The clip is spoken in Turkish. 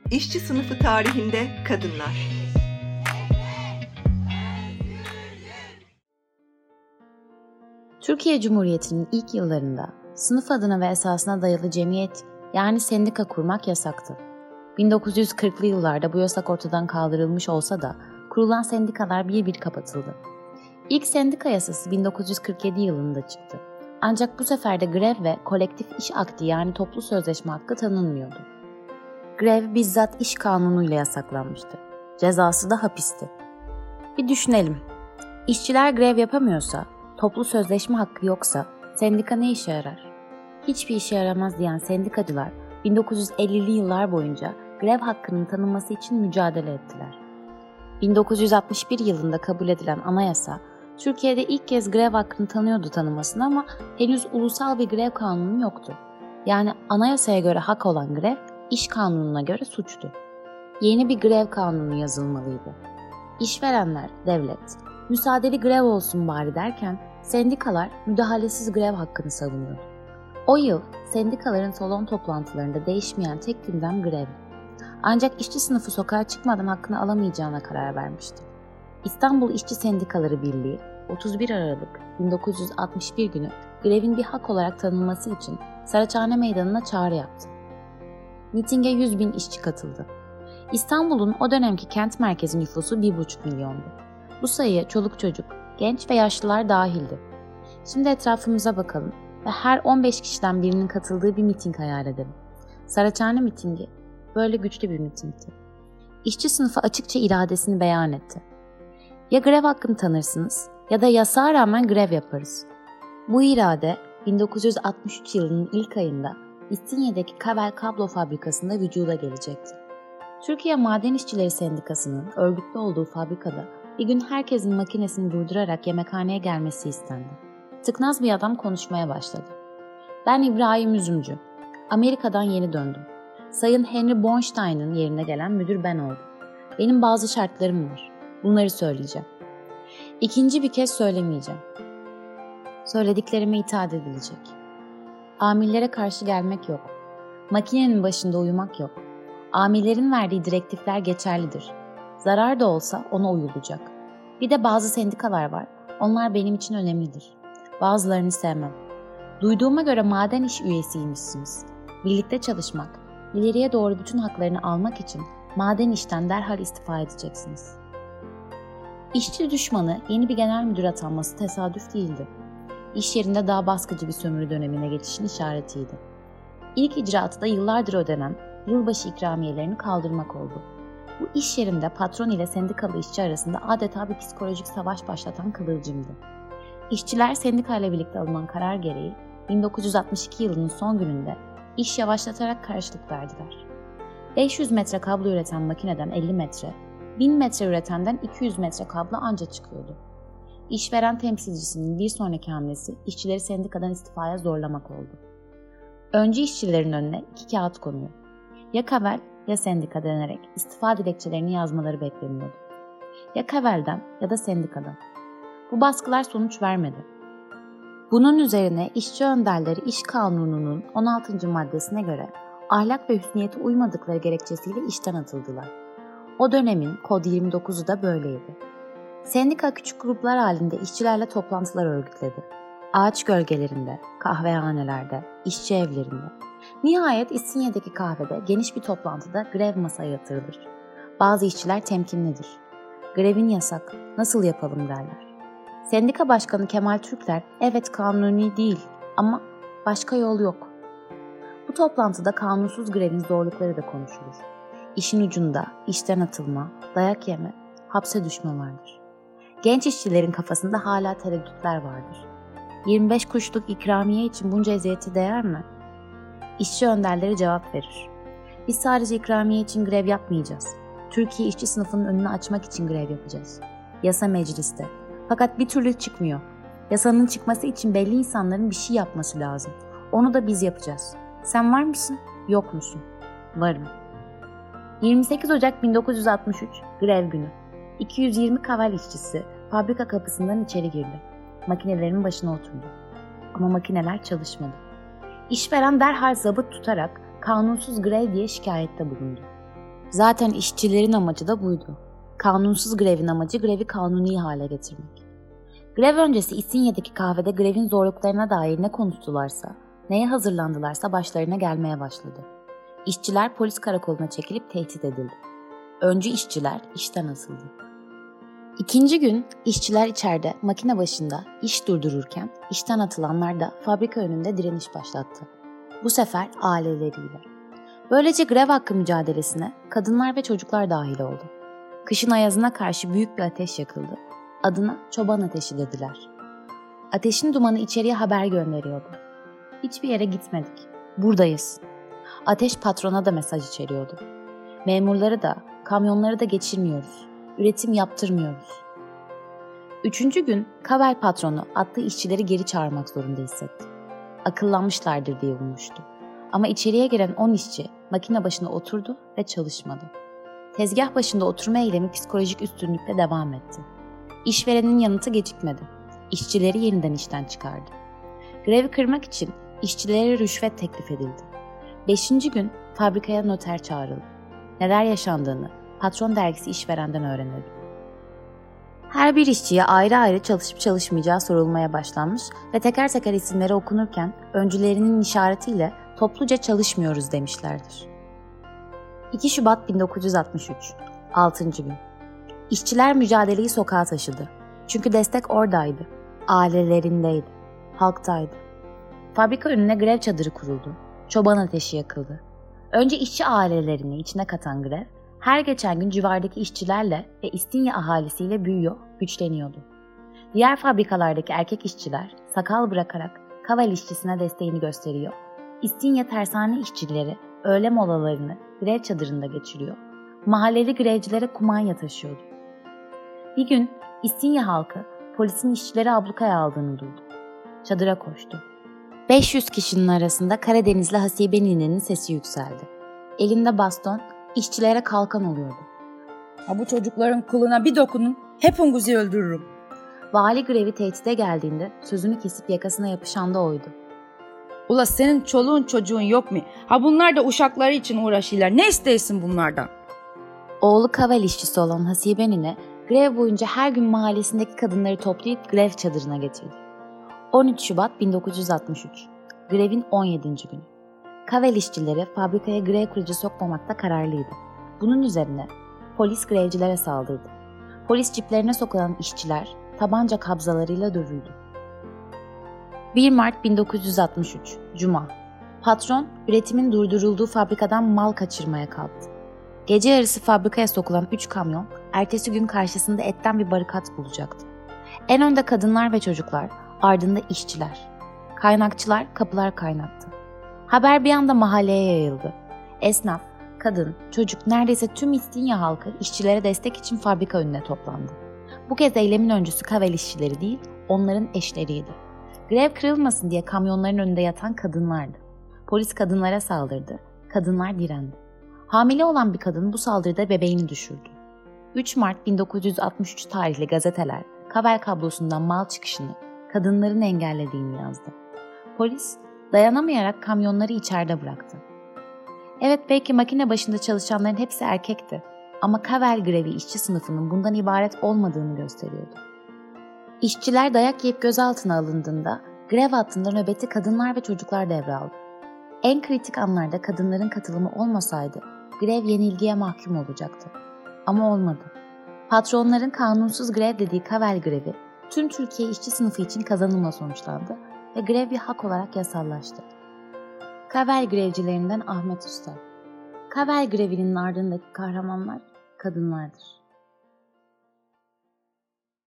İşçi sınıfı tarihinde kadınlar. Türkiye Cumhuriyeti'nin ilk yıllarında sınıf adına ve esasına dayalı cemiyet yani sendika kurmak yasaktı. 1940'lı yıllarda bu yasak ortadan kaldırılmış olsa da kurulan sendikalar bir bir kapatıldı. İlk sendika yasası 1947 yılında çıktı. Ancak bu sefer de grev ve kolektif iş akdi yani toplu sözleşme hakkı tanınmıyordu. Grev bizzat iş kanunuyla yasaklanmıştı. Cezası da hapisti. Bir düşünelim. İşçiler grev yapamıyorsa, toplu sözleşme hakkı yoksa sendika ne işe yarar? Hiçbir işe yaramaz diyen sendikacılar 1950'li yıllar boyunca grev hakkının tanınması için mücadele ettiler. 1961 yılında kabul edilen anayasa, Türkiye'de ilk kez grev hakkını tanımasını ama henüz ulusal bir grev kanunu yoktu. Yani anayasaya göre hak olan grev, iş kanununa göre suçtu. Yeni bir grev kanunu yazılmalıydı. İşverenler, devlet, müsaadeli grev olsun bari derken sendikalar müdahalesiz grev hakkını savunuyordu. O yıl sendikaların salon toplantılarında değişmeyen tek gündem grev. Ancak işçi sınıfı sokağa çıkmadan hakkını alamayacağına karar vermişti. İstanbul İşçi Sendikaları Birliği 31 Aralık 1961 günü grevin bir hak olarak tanınması için Saraçhane Meydanı'na çağrı yaptı. Mitinge 100.000 işçi katıldı. İstanbul'un o dönemki kent merkezi nüfusu 1,5 milyondu. Bu sayıya çoluk çocuk, genç ve yaşlılar dahildi. Şimdi etrafımıza bakalım ve her 15 kişiden birinin katıldığı bir miting hayal edelim. Saraçhane mitingi böyle güçlü bir mitingdi. İşçi sınıfı açıkça iradesini beyan etti. Ya grev hakkını tanırsınız ya da yasağa rağmen grev yaparız. Bu irade 1963 yılının ilk ayında İstinye'deki Kabel Kablo Fabrikası'nda vücuda gelecekti. Türkiye Maden İşçileri Sendikası'nın örgütlü olduğu fabrikada bir gün herkesin makinesini durdurarak yemekhaneye gelmesi istendi. Tıknaz bir adam konuşmaya başladı. "Ben İbrahim Üzümcü. Amerika'dan yeni döndüm. Sayın Henry Bornstein'ın yerine gelen müdür ben oldum. Benim bazı şartlarım var. Bunları söyleyeceğim. İkinci bir kez söylemeyeceğim. Söylediklerime itaat edilecek. Amirlere karşı gelmek yok. Makinenin başında uyumak yok. Amirlerin verdiği direktifler geçerlidir. Zarar da olsa ona uyulacak. Bir de bazı sendikalar var. Onlar benim için önemlidir. Bazılarını sevmem. Duyduğuma göre maden iş üyesiymişsiniz. Birlikte çalışmak, ileriye doğru bütün haklarını almak için maden işten derhal istifa edeceksiniz." İşçi düşmanı yeni bir genel müdür atanması tesadüf değildi. İş yerinde daha baskıcı bir sömürü dönemine geçişin işaretiydi. İlk icraatı da yıllardır ödenen yılbaşı ikramiyelerini kaldırmak oldu. Bu iş yerinde patron ile sendikalı işçi arasında adeta bir psikolojik savaş başlatan kıvılcımdı. İşçiler sendika ile birlikte alınan karar gereği 1962 yılının son gününde iş yavaşlatarak karşılık verdiler. 500 metre kablo üreten makineden 50 metre, 1000 metre üretenden 200 metre kablo anca çıkıyordu. İşveren temsilcisinin bir sonraki hamlesi işçileri sendikadan istifaya zorlamak oldu. Önce işçilerin önüne 2 kağıt konuyor. Ya Kabel ya sendika denerek istifa dilekçelerini yazmaları bekleniyordu. Ya Kabel'den ya da sendikadan. Bu baskılar sonuç vermedi. Bunun üzerine işçi önderleri İş Kanunu'nun 16. maddesine göre ahlak ve hüsniyete uymadıkları gerekçesiyle işten atıldılar. O dönemin Kod 29'u da böyleydi. Sendika küçük gruplar halinde işçilerle toplantılar örgütledi. Ağaç gölgelerinde, kahvehanelerde, işçi evlerinde. Nihayet İstinye'deki kahvede geniş bir toplantıda grev masaya yatırılır. Bazı işçiler temkinlidir. Grevin yasak, nasıl yapalım derler. Sendika Başkanı Kemal Türkler, evet kanuni değil ama başka yol yok. Bu toplantıda kanunsuz grevin zorlukları da konuşulur. İşin ucunda işten atılma, dayak yeme, hapse düşme vardır. Genç işçilerin kafasında hala tereddütler vardır. 25 kuruşluk ikramiye için bunca eziyete değer mi? İşçi önderleri cevap verir. Biz sadece ikramiye için grev yapmayacağız. Türkiye işçi sınıfının önünü açmak için grev yapacağız. Yasa mecliste. Fakat bir türlü çıkmıyor. Yasanın çıkması için belli insanların bir şey yapması lazım. Onu da biz yapacağız. Sen var mısın? Yok musun? Varım. 28 Ocak 1963 grev günü. 220 Kabel işçisi fabrika kapısından içeri girdi. Makinelerin başına oturdu. Ama makineler çalışmadı. İşveren derhal zabıt tutarak kanunsuz grev diye şikayette bulundu. Zaten işçilerin amacı da buydu. Kanunsuz grevin amacı grevi kanuni hale getirmek. Grev öncesi İstinye'deki kahvede grevin zorluklarına dair ne konuştularsa, neye hazırlandılarsa başlarına gelmeye başladı. İşçiler polis karakoluna çekilip tehdit edildi. Öncü işçiler işten atıldı. İkinci gün işçiler içeride makine başında iş durdururken işten atılanlar da fabrika önünde direniş başlattı. Bu sefer aileleriyle. Böylece grev hakkı mücadelesine kadınlar ve çocuklar dahil oldu. Kışın ayazına karşı büyük bir ateş yakıldı. Adına çoban ateşi dediler. Ateşin dumanı içeriye haber gönderiyordu. Hiçbir yere gitmedik. Buradayız. Ateş patrona da mesaj içeriyordu. Memurları da, kamyonları da geçirmiyoruz. Üretim yaptırmıyoruz. Üçüncü gün Kavel patronu attığı işçileri geri çağırmak zorunda hissetti. Akıllanmışlardır diye ummuştu. Ama içeriye giren 10 işçi makine başına oturdu ve çalışmadı. Tezgah başında oturma eylemi psikolojik üstünlükle devam etti. İşverenin yanıtı gecikmedi. İşçileri yeniden işten çıkardı. Grevi kırmak için işçilere rüşvet teklif edildi. 5. gün fabrikaya noter çağrıldı. Neler yaşandığını Patron dergisi işverenden öğrenildi. Her bir işçiye ayrı ayrı çalışıp çalışmayacağı sorulmaya başlanmış ve teker teker isimleri okunurken öncülerinin işaretiyle topluca çalışmıyoruz demişlerdir. 2 Şubat 1963, 6. gün. İşçiler mücadeleyi sokağa taşıdı. Çünkü destek oradaydı, ailelerindeydi, halktaydı. Fabrika önüne grev çadırı kuruldu, çoban ateşi yakıldı. Önce işçi ailelerini içine katan grev, her geçen gün civardaki işçilerle ve İstinye ahalisiyle büyüyor, güçleniyordu. Diğer fabrikalardaki erkek işçiler sakal bırakarak Kavel işçisine desteğini gösteriyor. İstinye tersane işçileri öğle molalarını grev çadırında geçiriyor. Mahalleli grevcilere kumanya taşıyordu. Bir gün İstinye halkı polisin işçileri ablukaya aldığını duydu. Çadıra koştu. 500 kişinin arasında Karadenizli Hasibe ninenin sesi yükseldi. Elinde baston, işçilere kalkan oluyordu. Ha, bu çocukların kılına bir dokunun, hepinizi öldürürüm. Vali grevi tehdide geldiğinde sözünü kesip yakasına yapışan da oydu. Ula senin çoluğun çocuğun yok mu? Ha bunlar da uşakları için uğraşırlar. Ne isteyesin bunlardan? Oğlu Kavel işçisi olan Hasibe nine grev boyunca her gün mahallesindeki kadınları toplayıp grev çadırına getirdi. 13 Şubat 1963, grevin 17. günü. Kavel işçileri fabrikaya grev kırıcı sokmamakta kararlıydı. Bunun üzerine polis grevcilere saldırdı. Polis ciplerine sokulan işçiler tabanca kabzalarıyla dövüldü. 1 Mart 1963, Cuma. Patron, üretimin durdurulduğu fabrikadan mal kaçırmaya kalktı. Gece yarısı fabrikaya sokulan 3 kamyon, ertesi gün karşısında etten bir barikat bulacaktı. En önde kadınlar ve çocuklar, ardında işçiler. Kaynakçılar kapılar kaynattı. Haber bir anda mahalleye yayıldı. Esnaf, kadın, çocuk neredeyse tüm İstinye halkı işçilere destek için fabrika önüne toplandı. Bu kez eylemin öncüsü Kavel işçileri değil, onların eşleriydi. Grev kırılmasın diye kamyonların önünde yatan kadınlardı. Polis kadınlara saldırdı, kadınlar direndi. Hamile olan bir kadın bu saldırıda bebeğini düşürdü. 3 Mart 1963 tarihli gazeteler Kavel kablosundan mal çıkışını, kadınların engellediğini yazdı. Polis dayanamayarak kamyonları içeride bıraktı. Evet, belki makine başında çalışanların hepsi erkekti ama Kavel grevi işçi sınıfının bundan ibaret olmadığını gösteriyordu. İşçiler dayak yiyip gözaltına alındığında grev hattında nöbeti kadınlar ve çocuklar devraldı. En kritik anlarda kadınların katılımı olmasaydı grev yenilgiye mahkum olacaktı. Ama olmadı. Patronların kanunsuz grev dediği Kavel grevi tüm Türkiye işçi sınıfı için kazanımla sonuçlandı ve grev bir hak olarak yasallaştı. Kavel grevcilerinden Ahmet Usta. Kavel grevinin ardındaki kahramanlar kadınlardır.